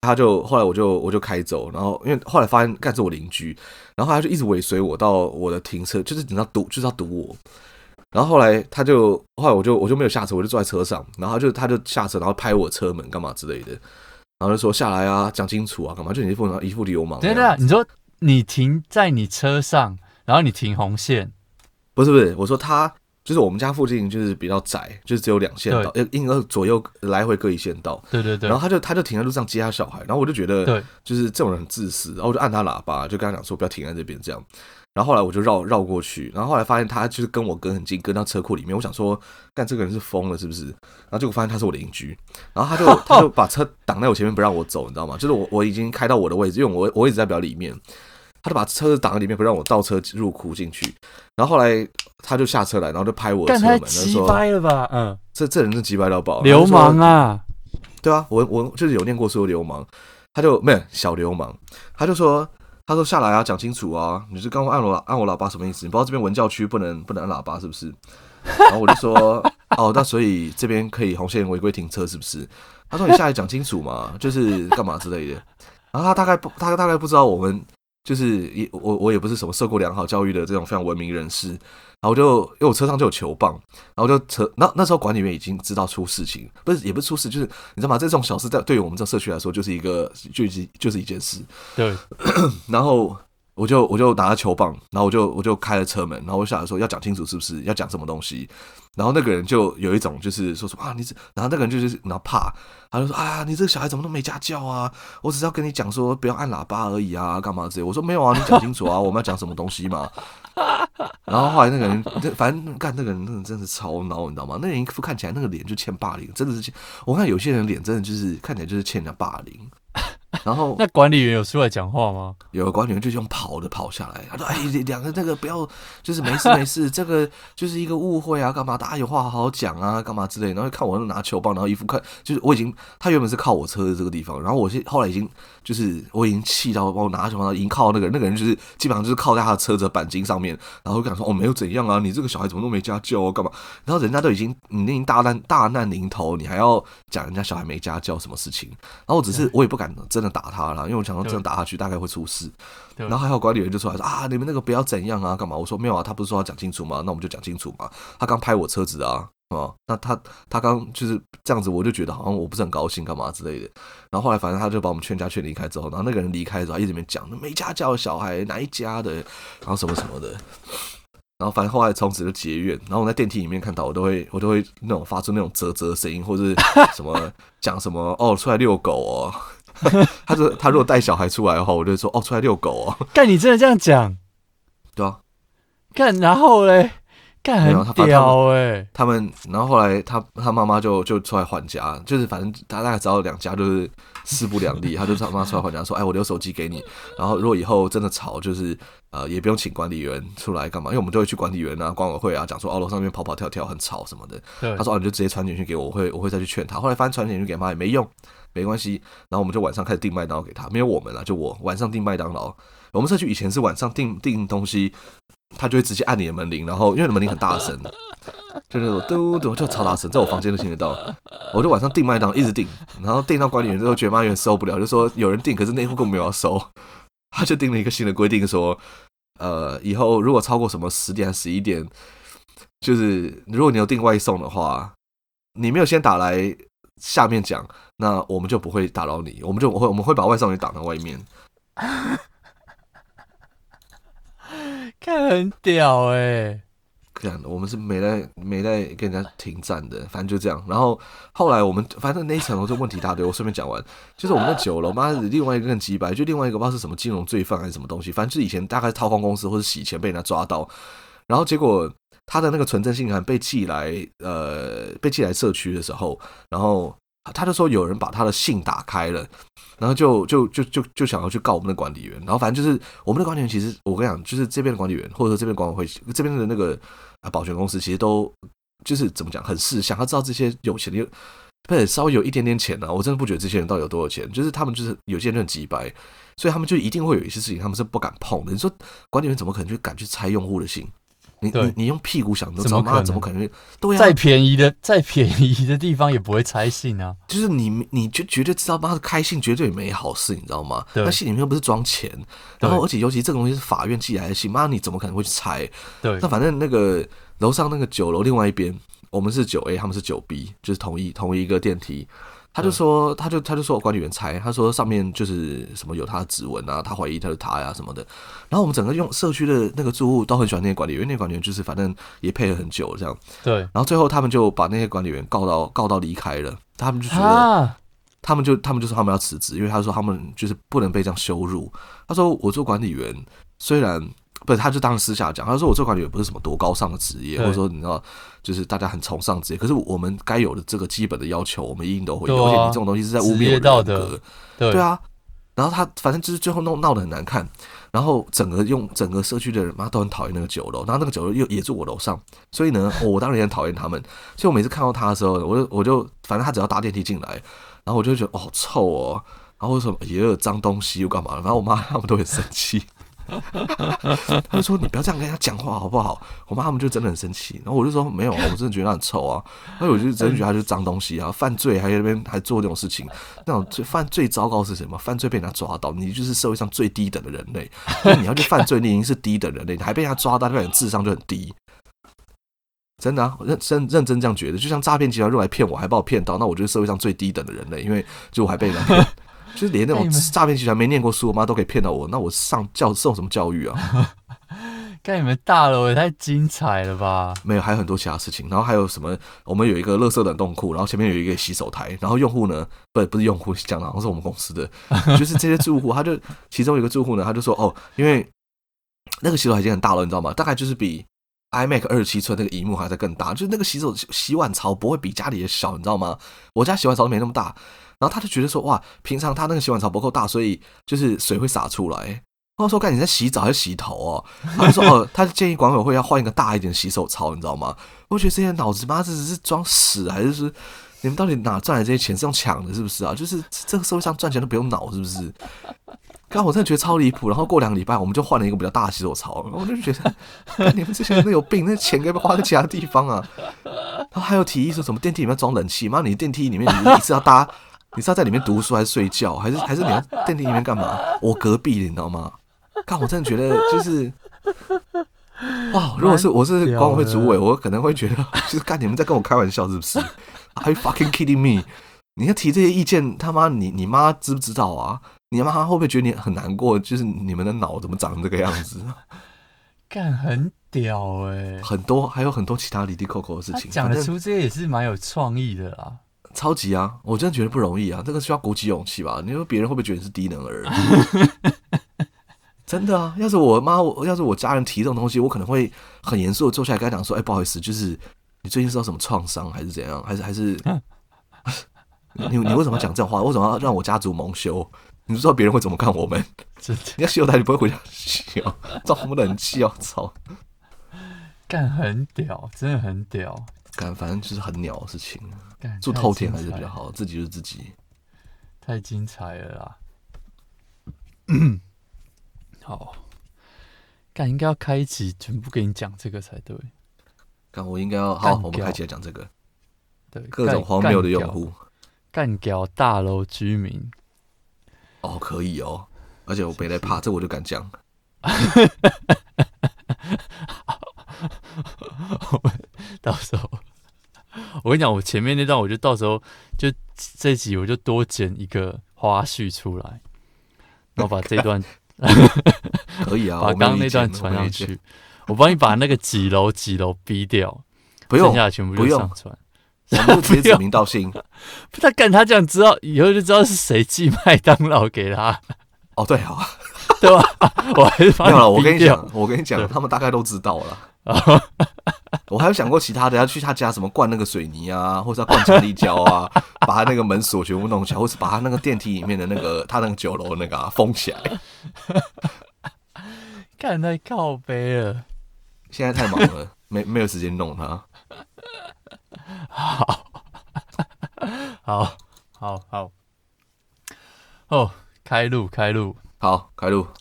后来我就开走，然后因为后来发现干是我邻居，然后他就一直尾随我到我的停车，就是你要堵，就是要堵我。然后后来我就没有下车，我就坐在车上，然后他就下车，然后拍我车门干嘛之类的，然后就说下来啊，讲清楚啊，干嘛？就你一副流氓。 对对，你说你停在你车上，然后你停红线， 不是，我说他就是我们家附近就是比较窄，就是只有2线道，应该左右来回各1线道。 对对对。 然后他就停在路上接他小孩，然后我就觉得就是这种人很自私，然后我就按他喇叭，就跟他讲说不要停在这边这样。然后后来我就绕过去，然后后来发现他就是跟我跟很近，跟到车库里面。我想说，干这个人是疯了是不是？然后结果发现他是我邻居，然后他就把车挡在我前面不让我走，你知道吗？就是我已经开到我的位置，因为我位置在比较里面，他就把车子挡在里面，不让我倒车入库进去。然后后来他就下车来，然后就拍我的车门， 干太鸡掰了吧？嗯， 这人是鸡掰到爆， 流氓啊！ 对啊，我就是有念过书的流氓，他就没有小流氓，他说下来啊，讲清楚啊！你是刚刚按我喇叭什么意思？你不知道这边文教区不能按喇叭是不是？然后我就说哦，那所以这边可以红线违规停车是不是？他说你下来讲清楚嘛，就是干嘛之类的。然后他大概不知道我们就是我也不是什么受过良好教育的这种非常文明人士。然后因为我车上就有球棒，然后那时候管理员已经知道出事情，也不是出事，就是你知道吗？这种小事对于我们这社区来说就是就是一件事。 对， 然后我就拿了球棒，然后我就开了车门，然后我下来说要讲清楚是不是要讲什么东西。然后那个人就有一种就是说啊然后那个人就是然后怕，他就说啊你这个小孩怎么都没家教啊？我只是要跟你讲说不要按喇叭而已啊，干嘛之类。我说没有啊，你讲清楚啊，我们要讲什么东西嘛。然后后来那个人，反正干那个人真的是超孬，你知道吗？那人一副看起来那个脸就欠霸凌，真的是我看有些人脸真的就是看起来就是欠人家霸凌。然后那管理员有出来讲话吗？ 有个管理员就用跑下来，他说：“哎，两个那个不要，就是没事，这个就是一个误会啊，干嘛？大家有话好好讲啊，干嘛之类的。”然后看我拿球棒，然后一副看，就是他原本是靠我车的这个地方，然后后来已经就是我已经气到，我拿球棒已经靠到那个人就是基本上就是靠在他的车子的钣金上面，然后就讲说：“哦，没有怎样啊，你这个小孩怎么都没家教啊，干嘛？”然后人家都已经大难临头，你还要讲人家小孩没家教什么事情？然后我也不敢真的打他啦，因为我想说真的打下去大概会出事。然后还有管理员就出来说啊，你们那个不要怎样啊，干嘛？我说没有啊，他不是说要讲清楚吗？那我们就讲清楚嘛。他刚拍我车子啊，那他刚就是这样子，我就觉得好像我不是很高兴，干嘛之类的。然后后来反正他就把我们全家劝离开之后，然后那个人离开之后，一直在那边讲没家教的小孩哪一家的，然后什么什么的。然后反正后来从此就结怨，然后我在电梯里面看到我都会那种发出那种啧声音，或者是什么讲什么哦出来遛狗哦。他如果带小孩出来的话，我就说哦出来遛狗哦。 干你真的这样讲？ 对啊。 干然后嘞，干很屌欸。 然后后来他妈妈就出来还家，就是反正他大概知道两家就是势不两立，他就他妈出来还家说，哎我留手机给你，然后如果以后真的吵就是也不用请管理员出来干嘛，因为我们就会去管理员啊管委会啊讲说楼上面跑跑跳跳很吵什么的。他说你就直接传简讯给我，我会再去劝他。后来发现传简讯给妈也没用。没关系，然后我们就晚上开始订麦当劳给他，没有我们啦，就我晚上订麦当劳。我们社区以前是晚上订东西，他就会直接按你的门铃，然后因为你的门铃很大声，就是嘟嘟就超大声，在我房间都听得到。我就晚上订麦当劳一直订，然后订到管理员之后觉得妈有点受不了，就说有人订，可是内户根本没有要收，他就定了一个新的规定说，以后如果超过什么10点11点，就是如果你有订外送的话，你没有先打来下面讲，那我们就不会打扰你，我们会把外送员挡在外面。 看很屌欸。 我们是没在跟人家停站的，反正就这样。然后后来我们反正那一层楼就问题一大堆，我顺便讲完，就是我们那9楼，妈的，另外一个更鸡掰，就另外一个不知道是什么金融罪犯还是什么东西，反正就是以前大概是掏空公司或是洗钱被人家抓到，然后结果他的那个存证信函被寄来社区的时候，然后他就说有人把他的信打开了，然后就想要去告我们的管理员，然后反正就是我们的管理员，其实我跟你讲，就是这边的管理员或者说这边管委会这边的那个保全公司，其实都就是怎么讲很识相，他知道这些有钱的不是稍微有一点点钱啊，我真的不觉得这些人到底有多少钱，就是他们就是有些人就很鸡掰，所以他们就一定会有一些事情他们是不敢碰的。你说管理员怎么可能去敢去拆用户的信？ 你用屁股想都知道，妈怎么可能？对啊， 再便宜的地方也不会拆信啊。 就是你就绝对知道，妈的开信绝对没好事，你知道吗？那信里面又不是装钱，然后而且尤其这个东西是法院寄来的信，妈你怎么可能会去拆？ 对， 那反正那个楼上那个9楼另外一边，我们是9A，他们是9B，就是同一个电梯。他就说管理员猜，他说上面就是什么有他的指纹啊，他怀疑他是他呀什么的。然后我们整个用社区的那个住户都很喜欢那些管理员，因为那些管理员就是反正也配合很久这样。 对。 然后最后他们就把那些管理员告到离开了，他们就觉得他们就说他们要辞职，因为他说他们就是不能被这样羞辱。他说我做管理员虽然。不是，他就当时私下讲，他说我做管理员不是什么多高尚的职业，或者说你知道，就是大家很崇尚职业，可是我们该有的这个基本的要求，我们一定都会有，而且你这种东西是在污蔑我的人格，对啊。然后他反正就是最后闹得很难看，然后整个社区的人妈都很讨厌那个9楼，然后那个9楼也住我楼上，所以呢，我当然也很讨厌他们，所以我每次看到他的时候，我就反正他只要搭电梯进来，然后我就觉得好臭哦，然后什么也有脏东西又干嘛，然后我妈他们都很生气。他就说你不要这样跟他讲话好不好？我妈他们就真的很生气，然后我就说没有，我真的觉得他很臭啊。然后我就真的觉得他就是脏东西啊，犯罪还在那边还做这种事情，那种最糟糕是什么？犯罪被人家抓到，你就是社会上最低等的人类。因为你要去犯罪，你已经是低等人类，你还被人家抓到，代表你智商就很低。真的啊，认真这样觉得，就像诈骗集团用来骗我，还把我骗到，那我觉得社会上最低等的人类，因为就我还被人家骗。就是连那种诈骗集团没念过书，我妈都可以骗到我，那我受什么教育啊？ 看你们大楼也太精彩了吧！ 没有，还有很多其他事情。然后还有什么？我们有一个垃圾冷冻库，然后前面有一个洗手台。然后用户呢，不是用户，讲的好像是我们公司的，就是这些住户，其中有一个住户呢，他就说哦，因为那个洗手台已经很大了，你知道吗？大概就是比 iMac 27寸那个萤幕还在更大，就是那个洗碗槽不会比家里的小，你知道吗？我家洗碗槽没那么大。然后他就觉得说，哇，平常他那个洗碗槽不够大，所以就是水会洒出来。我说，干你在洗澡还是洗头哦？他就说，哦，他就建议管委会要换一个大一点的洗手槽，你知道吗？我觉得这些脑子妈这只是装屎，还是说你们到底哪赚来这些钱是用抢的，是不是啊？就是这个社会上赚钱都不用脑，是不是？刚我真的觉得超离谱。然后过2个礼拜，我们就换了一个比较大的洗手槽，然后我就觉得，你们这些人都有病，那钱该不花在其他地方啊？然后还有提议说什么电梯里面装冷气，妈，你电梯里面你一次要搭。你是要在里面读书还是睡觉，还是你要电梯里面干嘛？我隔壁你知道吗？干，我真的觉得就是哇！如果是我是管委会主委，我可能会觉得就是干你们在跟我开玩笑是不是 ？Are you fucking kidding me？ 你要提这些意见，他妈你妈知不知道啊？你妈会不会觉得你很难过？就是你们的脑怎么长成这个样子？ 干很屌很多还有很多其他离地扣扣的事情， 讲得出这些也是蛮有创意的啦。 超级啊！我真的觉得不容易啊，这个需要鼓起勇气吧？你说别人会不会觉得你是低能儿？真的啊！要是我家人提这种东西，我可能会很严肃的坐下来跟他讲说：“不好意思，就是你最近受到什么创伤，还是怎样？还是你为什么要讲这种话？为什么要让我家族蒙羞？你不知道别人会怎么看我们？你要洗手台，你不会回家洗哦，装什么冷气哦？操！ 干很屌，真的很屌。 干，反正就是很鸟的事情。住透天还是比较好，自己就是自己。 太精彩了啦！好，干应该要开一集全部给你讲这个才对。 干，我应该要好，我们开起来讲这个。 对， 各种荒谬的用户， 干掉大楼居民。 哦，可以哦，而且我没在怕，这我就敢讲。 到时候我跟你讲，我前面那段，我就到时候就这集我就多剪一个花絮出来，然后把这段可以啊， 把刚刚那段传上去，我帮你把那个几楼逼掉， 不用， 剩下的全部就上传， 我们就直接指名道姓。 他干他这样知道以后就知道是谁寄麦当劳给他。 哦，对啊， 对吧？我还是没有了。我跟你讲，他们大概都知道了。我还有想过其他的，要去他家什么灌那个水泥啊，或者要灌强力胶啊，把他那个门锁全部弄起来，或是把他那个电梯里面的那个他那个9楼那个封起来。 看太靠北了， 现在太忙了，没有时间弄他。 好，哦，开路， 好，开路。